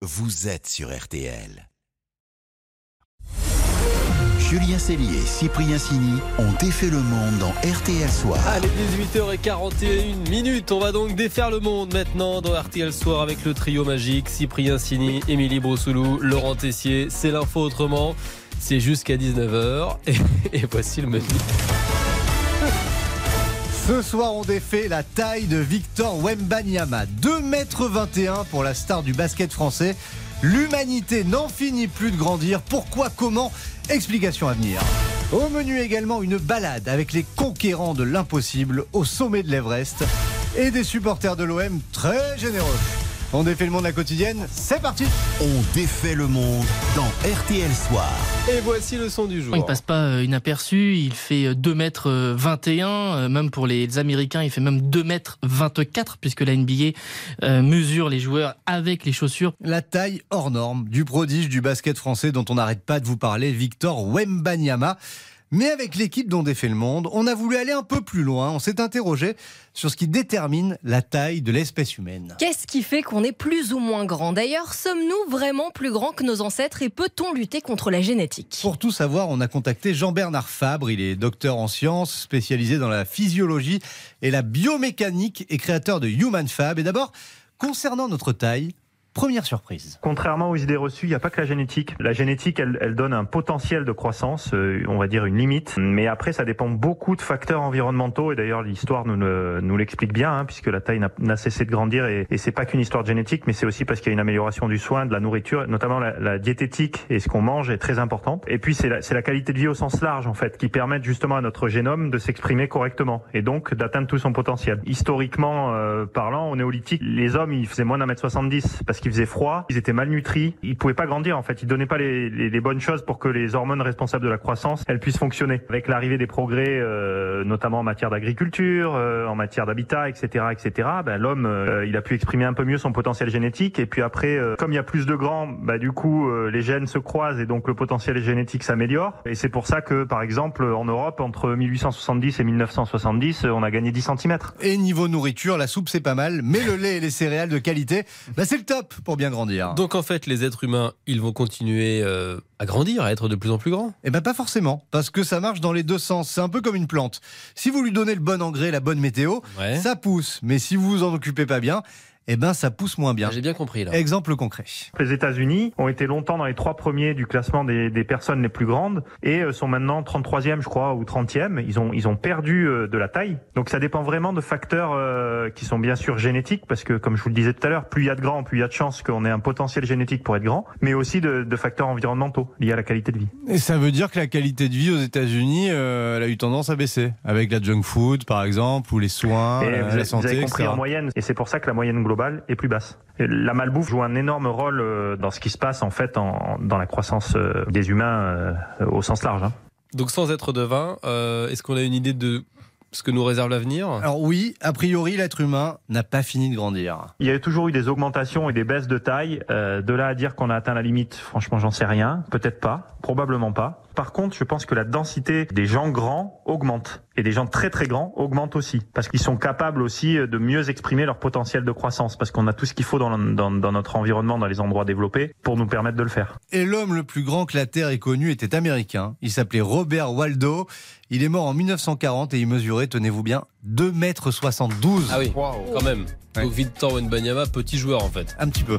vous êtes sur RTL. Julien Cellier et Cyprien Sini ont défait le monde dans RTL Soir. Allez, 18h41, on va donc défaire le monde maintenant dans RTL Soir avec le trio magique Cyprien Sini, Émilie Brossoulou, Laurent Tessier. C'est l'info autrement, c'est jusqu'à 19h et voici le menu. Ce soir, on défait la taille de Victor Wembanyama. 2,21 m pour la star du basket français. L'humanité n'en finit plus de grandir. Pourquoi, comment? Explication à venir. Au menu également, une balade avec les conquérants de l'impossible au sommet de l'Everest et des supporters de l'OM très généreux. On défait le monde à la quotidienne, c'est parti. On défait le monde dans RTL Soir. Et voici le son du jour. Il ne passe pas inaperçu, il fait 2,21 m, même pour les Américains, il fait même 2,24 m, puisque la NBA mesure les joueurs avec les chaussures. La taille hors norme du prodige du basket français dont on n'arrête pas de vous parler, Victor Wembanyama. Mais avec l'équipe dont défait le monde, on a voulu aller un peu plus loin. On s'est interrogé sur ce qui détermine la taille de l'espèce humaine. Qu'est-ce qui fait qu'on est plus ou moins grand? D'ailleurs, sommes-nous vraiment plus grands que nos ancêtres et peut-on lutter contre la génétique? Pour tout savoir, on a contacté Jean-Bernard Fabre. Il est docteur en sciences, spécialisé dans la physiologie et la biomécanique et créateur de Human Fab. Et d'abord, concernant notre taille, première surprise. Contrairement aux idées reçues, il n'y a pas que la génétique. La génétique, elle donne un potentiel de croissance, on va dire une limite. Mais après, ça dépend beaucoup de facteurs environnementaux. Et d'ailleurs, l'histoire nous l'explique bien, puisque la taille n'a cessé de grandir. Et c'est pas qu'une histoire de génétique, mais c'est aussi parce qu'il y a une amélioration du soin, de la nourriture, notamment la diététique et ce qu'on mange est très importante. Et puis, c'est la qualité de vie au sens large, en fait, qui permettent justement à notre génome de s'exprimer correctement et donc d'atteindre tout son potentiel. Historiquement parlant, au néolithique, les hommes, ils faisaient moins d'1,70 m parce qu'il faisait froid, ils étaient malnutris, ils pouvaient pas grandir en fait, ils donnaient pas les bonnes choses pour que les hormones responsables de la croissance, elles puissent fonctionner. Avec l'arrivée des progrès, notamment en matière d'agriculture, en matière d'habitat, etc., l'homme, il a pu exprimer un peu mieux son potentiel génétique. Et puis après, comme il y a plus de grands, du coup, les gènes se croisent et donc le potentiel génétique s'améliore. Et c'est pour ça que, par exemple, en Europe, entre 1870 et 1970, on a gagné 10 cm. Et niveau nourriture, la soupe c'est pas mal, mais le lait et les céréales de qualité, c'est le top pour bien grandir. Donc en fait, les êtres humains, ils vont continuer à grandir, à être de plus en plus grands? Pas forcément, parce que ça marche dans les deux sens. C'est un peu comme une plante. Si vous lui donnez le bon engrais, la bonne météo, ça pousse. Mais si vous vous en occupez pas bien, ça pousse moins bien. J'ai bien compris là. Exemple concret. Les États-Unis ont été longtemps dans les 3 premiers du classement des personnes les plus grandes et sont maintenant 33e, je crois, ou 30e. Ils ont perdu de la taille. Donc ça dépend vraiment de facteurs qui sont bien sûr génétiques, parce que comme je vous le disais tout à l'heure, plus il y a de grands, plus il y a de chances qu'on ait un potentiel génétique pour être grand, mais aussi de facteurs environnementaux liés à la qualité de vie. Et ça veut dire que la qualité de vie aux États-Unis, elle a eu tendance à baisser, avec la junk food par exemple, ou les soins, la santé, vous avez compris, etc. en moyenne, et c'est pour ça que la moyenne globale est plus basse. Et la malbouffe joue un énorme rôle dans ce qui se passe en fait dans la croissance des humains au sens large. Donc sans être devin, est-ce qu'on a une idée de ce que nous réserve l'avenir? Alors oui, a priori, l'être humain n'a pas fini de grandir. Il y a toujours eu des augmentations et des baisses de taille. De là à dire qu'on a atteint la limite, franchement, j'en sais rien. Peut-être pas, probablement pas. Par contre, je pense que la densité des gens grands augmente. Et des gens très très grands augmentent aussi. Parce qu'ils sont capables aussi de mieux exprimer leur potentiel de croissance. Parce qu'on a tout ce qu'il faut dans notre environnement, dans les endroits développés, pour nous permettre de le faire. Et l'homme le plus grand que la Terre ait connu était américain. Il s'appelait Robert Waldo. Il est mort en 1940 et il mesurait, tenez-vous bien, 2,72 m. Ah oui, quand même. Ouais. Donc Victor Wembanyama, petit joueur en fait. Un petit peu.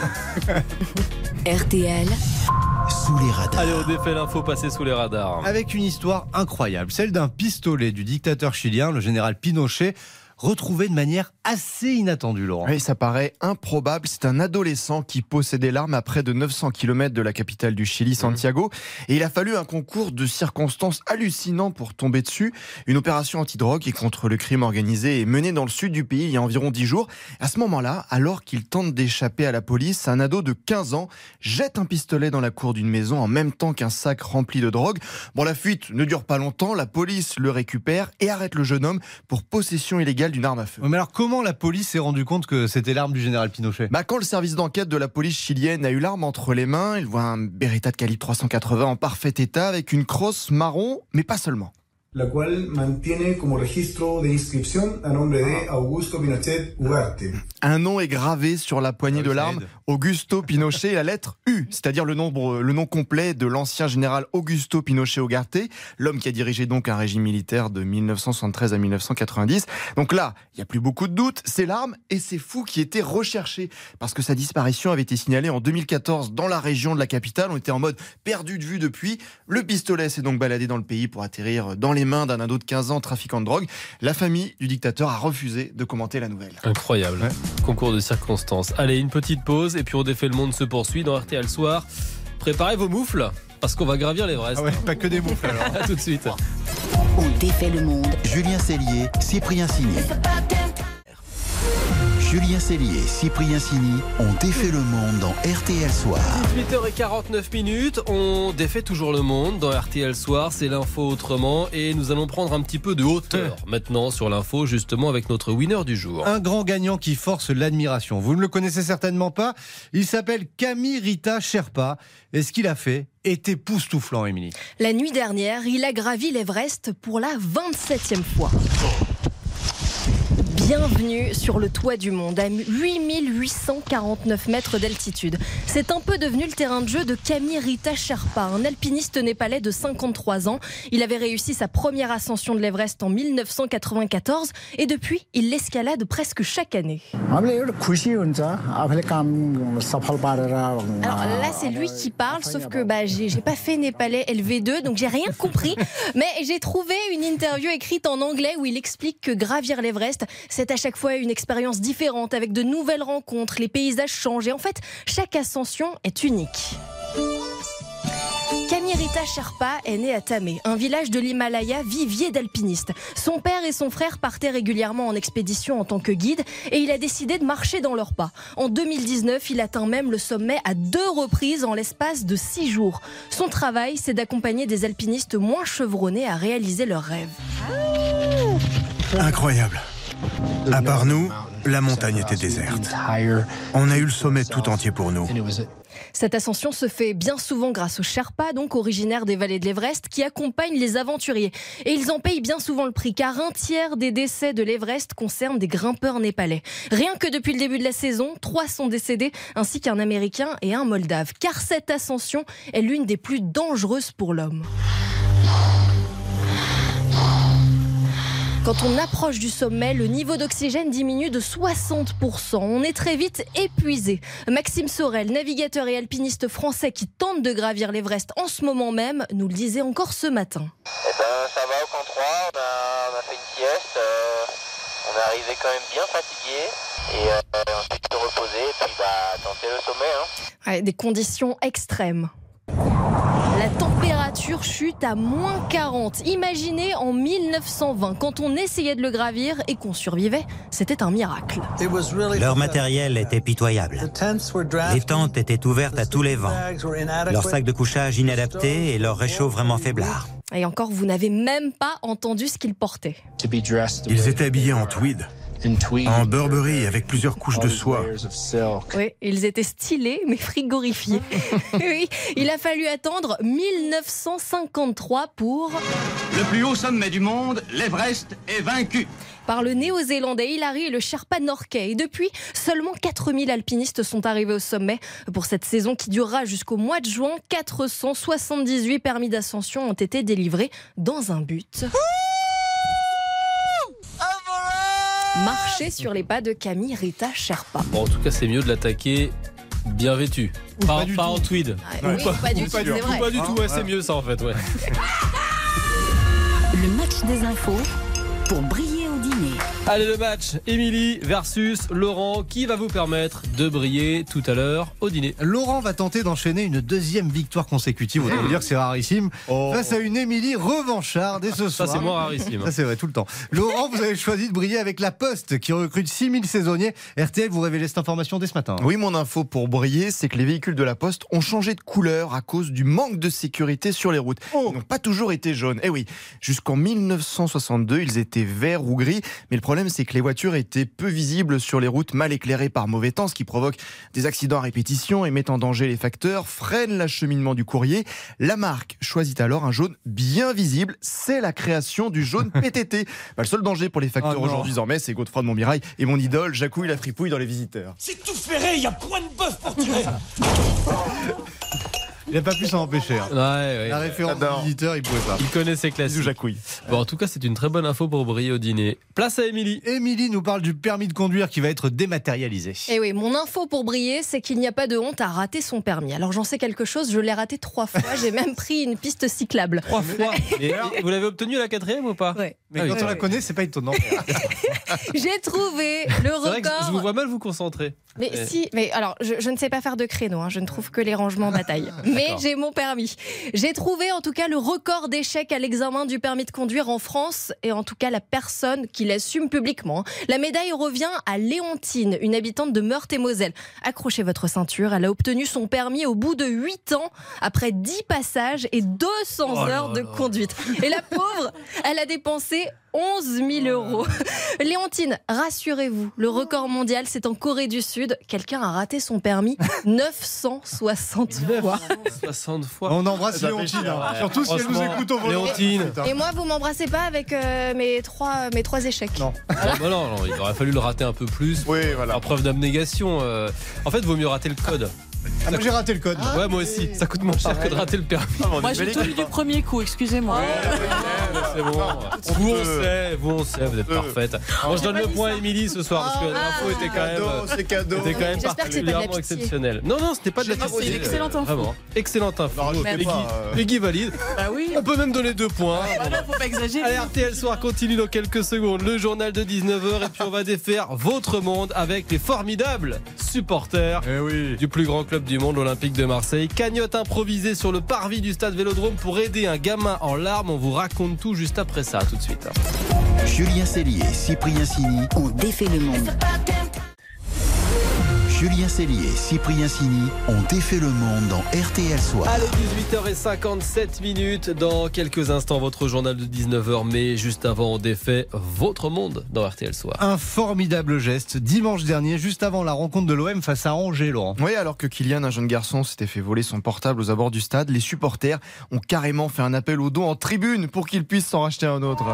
RTL. Sous les radars. Allez, on défait l'info passée sous les radars. Avec une histoire incroyable, celle d'un pistolet du dictateur chilien, le général Pinochet, retrouvé de manière assez inattendue, Laurent. Oui, ça paraît improbable. C'est un adolescent qui possédait l'arme à près de 900 km de la capitale du Chili, Santiago. Et il a fallu un concours de circonstances hallucinant pour tomber dessus. Une opération antidrogue et contre le crime organisé est menée dans le sud du pays il y a environ 10 jours. À ce moment-là, alors qu'il tente d'échapper à la police, un ado de 15 ans jette un pistolet dans la cour d'une maison en même temps qu'un sac rempli de drogue. Bon, la fuite ne dure pas longtemps. La police le récupère et arrête le jeune homme pour possession illégale d'une arme à feu. Mais alors comment la police s'est rendue compte que c'était l'arme du général Pinochet? Quand le service d'enquête de la police chilienne a eu l'arme entre les mains, il voit un Beretta de calibre 380 en parfait état avec une crosse marron, mais pas seulement. la cual mantiene como registro de inscripción a nombre de Augusto Pinochet Ugarte. Un nom est gravé sur la poignée de l'arme, Augusto Pinochet, et la lettre U, c'est-à-dire le nom complet de l'ancien général Augusto Pinochet Ugarte, l'homme qui a dirigé donc un régime militaire de 1973 à 1990. Donc là, il n'y a plus beaucoup de doutes, c'est l'arme et c'est fou qui était recherché, parce que sa disparition avait été signalée en 2014 dans la région de la capitale. On était en mode perdu de vue depuis. Le pistolet s'est donc baladé dans le pays pour atterrir dans les mains d'un ado de 15 ans trafiquant de drogue. La famille du dictateur a refusé de commenter la nouvelle. Incroyable. Ouais. Concours de circonstances. Allez, une petite pause et puis On défait le monde se poursuit dans RTL Soir. Préparez vos moufles parce qu'on va gravir l'Everest. Ah ouais, pas que des moufles alors. À tout de suite. On défait le monde. Julien Cellier, Cyprien Sini. Julien Cellier et Cyprien Sini ont défait le monde dans RTL Soir. 18h49, on défait toujours le monde dans RTL Soir, c'est l'info autrement et nous allons prendre un petit peu de hauteur maintenant sur l'info justement avec notre winner du jour. Un grand gagnant qui force l'admiration. Vous ne le connaissez certainement pas, il s'appelle Kami Rita Sherpa et ce qu'il a fait est époustouflant, Émilie. La nuit dernière, il a gravi l'Everest pour la 27e fois. Bienvenue sur le toit du monde, à 8849 mètres d'altitude. C'est un peu devenu le terrain de jeu de Kami Rita Sherpa, un alpiniste népalais de 53 ans. Il avait réussi sa première ascension de l'Everest en 1994 et depuis, il l'escalade presque chaque année. Alors là, c'est lui qui parle, sauf que j'ai pas fait népalais LV2, donc j'ai rien compris. Mais j'ai trouvé une interview écrite en anglais où il explique que gravir l'Everest, c'est à chaque fois une expérience différente avec de nouvelles rencontres, les paysages changent et en fait, chaque ascension est unique. Kami Rita Sherpa est né à Tamé, un village de l'Himalaya vivier d'alpinistes. Son père et son frère partaient régulièrement en expédition en tant que guide et il a décidé de marcher dans leurs pas. En 2019, il atteint même le sommet à 2 reprises en l'espace de 6 jours. Son travail, c'est d'accompagner des alpinistes moins chevronnés à réaliser leurs rêves. Incroyable. À part nous, la montagne était déserte. On a eu le sommet tout entier pour nous. Cette ascension se fait bien souvent grâce aux Sherpas, donc originaires des vallées de l'Everest, qui accompagnent les aventuriers. Et ils en payent bien souvent le prix, car un tiers des décès de l'Everest concernent des grimpeurs népalais. Rien que depuis le début de la saison, 3 sont décédés, ainsi qu'un Américain et un Moldave. Car cette ascension est l'une des plus dangereuses pour l'homme. Quand on approche du sommet, le niveau d'oxygène diminue de 60%. On est très vite épuisé. Maxime Sorel, navigateur et alpiniste français qui tente de gravir l'Everest en ce moment même, nous le disait encore ce matin. Ça va au camp 3, on a fait une sieste, on est arrivé quand même bien fatigué et on s'est tout reposé et puis tenter le sommet. Ouais, des conditions extrêmes. La température chute à moins 40. Imaginez en 1920, quand on essayait de le gravir et qu'on survivait, c'était un miracle. Leur matériel était pitoyable. Les tentes étaient ouvertes à tous les vents. Leurs sacs de couchage inadaptés et leur réchaud vraiment faiblard. Et encore, vous n'avez même pas entendu ce qu'ils portaient. Ils étaient habillés en tweed. En Burberry avec plusieurs couches de soie. Oui, ils étaient stylés mais frigorifiés. Oui, il a fallu attendre 1953 pour... Le plus haut sommet du monde, l'Everest est vaincu. Par le néo-zélandais Hilary et le Sherpa Norkay. Et depuis, seulement 4000 alpinistes sont arrivés au sommet. Pour cette saison qui durera jusqu'au mois de juin, 478 permis d'ascension ont été délivrés dans un but. Marcher sur les pas de Kami Rita Sherpa. Bon, en tout cas, c'est mieux de l'attaquer bien vêtu. Pas en tweed. Pas du tout, c'est vrai. Pas du tout, c'est mieux ça en fait. Ouais. Le match des infos pour briller au dîner. Allez, le match, Émilie versus Laurent, qui va vous permettre de briller tout à l'heure au dîner. Laurent va tenter d'enchaîner une 2e victoire consécutive, autant vous dire que c'est rarissime, face à une Émilie revancharde. Et ce soir, ça c'est moins rarissime. Ça c'est vrai, tout le temps. Laurent, vous avez choisi de briller avec La Poste, qui recrute 6000 saisonniers. RTL vous révélez cette information dès ce matin. Oui, mon info pour briller, c'est que les véhicules de La Poste ont changé de couleur à cause du manque de sécurité sur les routes. Ils n'ont pas toujours été jaunes. Eh oui, jusqu'en 1962, ils étaient verts ou gris, mais le problème problème, c'est que les voitures étaient peu visibles sur les routes mal éclairées par mauvais temps, ce qui provoque des accidents à répétition et met en danger les facteurs, freine l'acheminement du courrier. La marque choisit alors un jaune bien visible. C'est la création du jaune PTT. Le seul danger pour les facteurs aujourd'hui, désormais, c'est Godefroy de Montmirail et mon idole, Jacouille la fripouille dans Les Visiteurs. C'est tout ferré, il y a point de bœuf pour tirer. Il n'a pas pu s'en empêcher. Hein. Ouais. La référence des Visiteurs, il pouvait pas. Il connaît ses classiques. Jacouille. Bon, en tout cas, c'est une très bonne info pour briller au dîner. Place à Émilie. Émilie nous parle du permis de conduire qui va être dématérialisé. Et oui, mon info pour briller, c'est qu'il n'y a pas de honte à rater son permis. Alors j'en sais quelque chose, je l'ai raté 3 fois. J'ai même pris une piste cyclable. 3 fois. Et vous l'avez obtenu la 4e ou pas? Ouais. Mais quand on la connaît, c'est pas étonnant. J'ai trouvé le record. C'est vrai que je vous vois mal vous concentrer. Mais alors, je ne sais pas faire de créneau, hein, je ne trouve que les rangements bataille. Mais j'ai mon permis. J'ai trouvé en tout cas le record d'échecs à l'examen du permis de conduire en France, et en tout cas la personne qui l'assume publiquement. La médaille revient à Léontine, une habitante de Meurthe-et-Moselle. Accrochez votre ceinture, elle a obtenu son permis au bout de 8 ans, après 10 passages et 200 heures de conduite. Et la pauvre, elle a dépensé 11 000 euros. Léontine, rassurez-vous, le record mondial, c'est en Corée du Sud. Quelqu'un a raté son permis 960 fois. 960 fois. On embrasse Léontine, hein. Surtout si elle nous écoute au volant. Léontine. Et moi, vous m'embrassez pas avec mes trois échecs. Non. Non, il aurait fallu le rater un peu plus. Oui, voilà. En preuve d'abnégation. En fait, vaut mieux rater le code. Moi j'ai raté le code. Ouais, moi aussi. Ça coûte moins cher que de rater le permis. Moi j'ai tenu du premier coup, excusez-moi. C'est bon. Vous on sait, vous êtes parfaite. Bon, je donne le point à Émilie ce soir parce que l'info était quand même particulièrement exceptionnelle. Non, c'était pas de la c'est une excellente info. Vraiment. Excellente info. Non, Peggy valide. Bah oui. On peut même donner 2 points. Non, faut pas exagérer. Allez, RTL Soir continue dans quelques secondes. Le journal de 19h et puis on va défaire votre monde avec les formidables supporters du plus grand club du monde, l'Olympique de Marseille. Cagnotte improvisée sur le parvis du stade Vélodrome pour aider un gamin en larmes. On vous raconte tout juste après ça, tout de suite. Julien Cellier, Cyprien Sini ont défait le monde. Julien Cellier et Cyprien Sini ont défait le monde dans RTL Soir. Allez, 18h57. Dans quelques instants, votre journal de 19h. Mais juste avant, on défait votre monde dans RTL Soir. Un formidable geste dimanche dernier, juste avant la rencontre de l'OM face à Angers, Laurent. Oui, alors que Kylian, un jeune garçon, s'était fait voler son portable aux abords du stade, les supporters ont carrément fait un appel au don en tribune pour qu'il puisse s'en racheter un autre.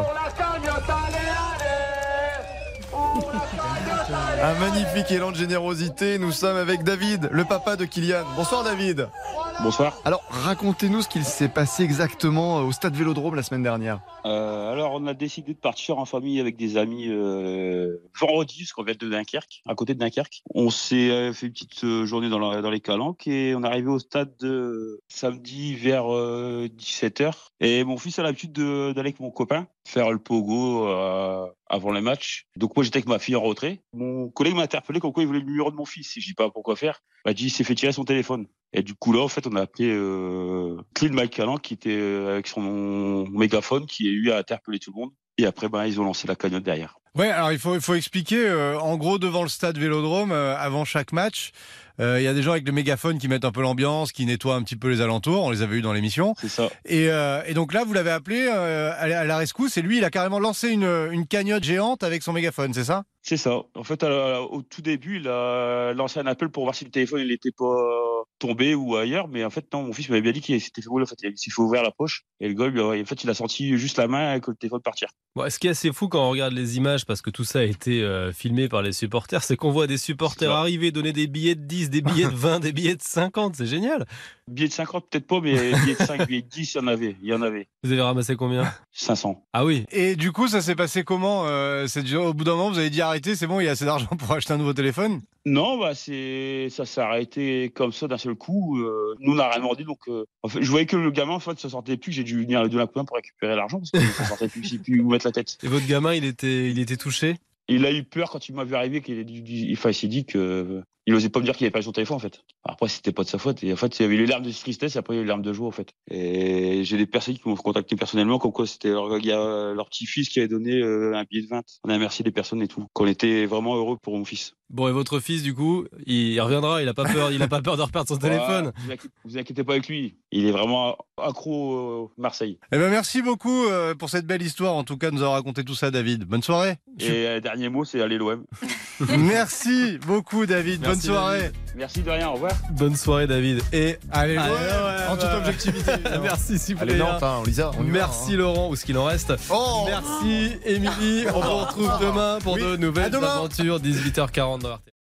Un magnifique élan de générosité. Nous sommes avec David, le papa de Kylian. Bonsoir David. Bonsoir. Alors racontez-nous ce qu'il s'est passé exactement au stade Vélodrome la semaine dernière. Alors on a décidé de partir en famille avec des amis vendredi, parce qu'on vient de Dunkerque, à côté de Dunkerque. On s'est fait une petite journée dans les calanques et on est arrivé au stade samedi vers 17h. Et mon fils a l'habitude d'aller avec mon copain faire le pogo avant les matchs. Donc moi j'étais avec ma fille en retrait. Mon collègue m'a interpellé comme quoi il voulait le numéro de mon fils. Et je dis pas pourquoi faire. Il m'a dit il s'est fait tirer son téléphone. Et du coup là en fait on a appelé Clean Mike Calan qui était avec son mégaphone qui a eu à interpeller tout le monde. Et après ils ont lancé la cagnotte derrière. Ouais, alors il faut expliquer, en gros devant le stade Vélodrome, avant chaque match, il y a des gens avec le mégaphone qui mettent un peu l'ambiance, qui nettoient un petit peu les alentours, on les avait eu dans l'émission. C'est ça. Et donc là vous l'avez appelé à la rescousse et lui il a carrément lancé une cagnotte géante avec son mégaphone, c'est ça ? C'est ça. En fait, au tout début, il a lancé un appel pour voir si le téléphone il n'était pas tombé ou ailleurs. Mais en fait, non, mon fils m'avait bien dit qu'il s'était fait voler. En fait, il s'est fait ouvrir la poche. Et le gars, en fait, il a senti juste la main avec le téléphone partir. Bon, ce qui est assez fou quand on regarde les images, parce que tout ça a été filmé par les supporters, c'est qu'on voit des supporters arriver, donner des billets de 10, des billets de 20, des billets de 50. C'est génial. Billets de 50, peut-être pas, mais billets de 5, billets de 10, il y en avait. Vous avez ramassé combien ? 500. Ah oui. Et du coup, ça s'est passé comment ? Au bout d'un moment, vous avez dit arrêtez, c'est bon, il y a assez d'argent pour acheter un nouveau téléphone ? Non, ça s'est arrêté comme ça d'un seul coup. Nous, on n'a rien demandé, donc en fait, je voyais que le gamin, en fait, ça sortait plus. J'ai dû venir de la coin pour récupérer l'argent parce que ça sortait plus, il ne plus où mettre la tête. Et votre gamin, il était touché ? Il a eu peur quand il m'a vu arriver, il s'est dit qu'il Il osait pas me dire qu'il avait pas son téléphone en fait. Après c'était pas de sa faute. Et en fait il y avait les larmes de tristesse et après il y a eu les larmes de joie en fait. Et j'ai des personnes qui m'ont contacté personnellement comme quoi c'était leur petit-fils qui avait donné un billet de 20. On a remercié les personnes et tout. Qu'on était vraiment heureux pour mon fils. Bon, et votre fils, du coup, il reviendra, il a pas peur de reperdre son téléphone. Vous inquiétez pas avec lui, il est vraiment accro Marseille. Eh ben merci beaucoup pour cette belle histoire, en tout cas de nous avoir raconté tout ça, David. Bonne soirée. Et dernier mot, c'est aller l'OM. Merci beaucoup, David. Merci, bonne soirée. David. Merci de rien, au revoir. Bonne soirée, David. Et allez, en toute objectivité. Merci, Cyprien. Allez, Nantes, on Lisa, on merci, Laurent, ou ce qu'il en reste. Merci, Émilie. On vous retrouve demain pour de nouvelles aventures, 18h40 dans RTL.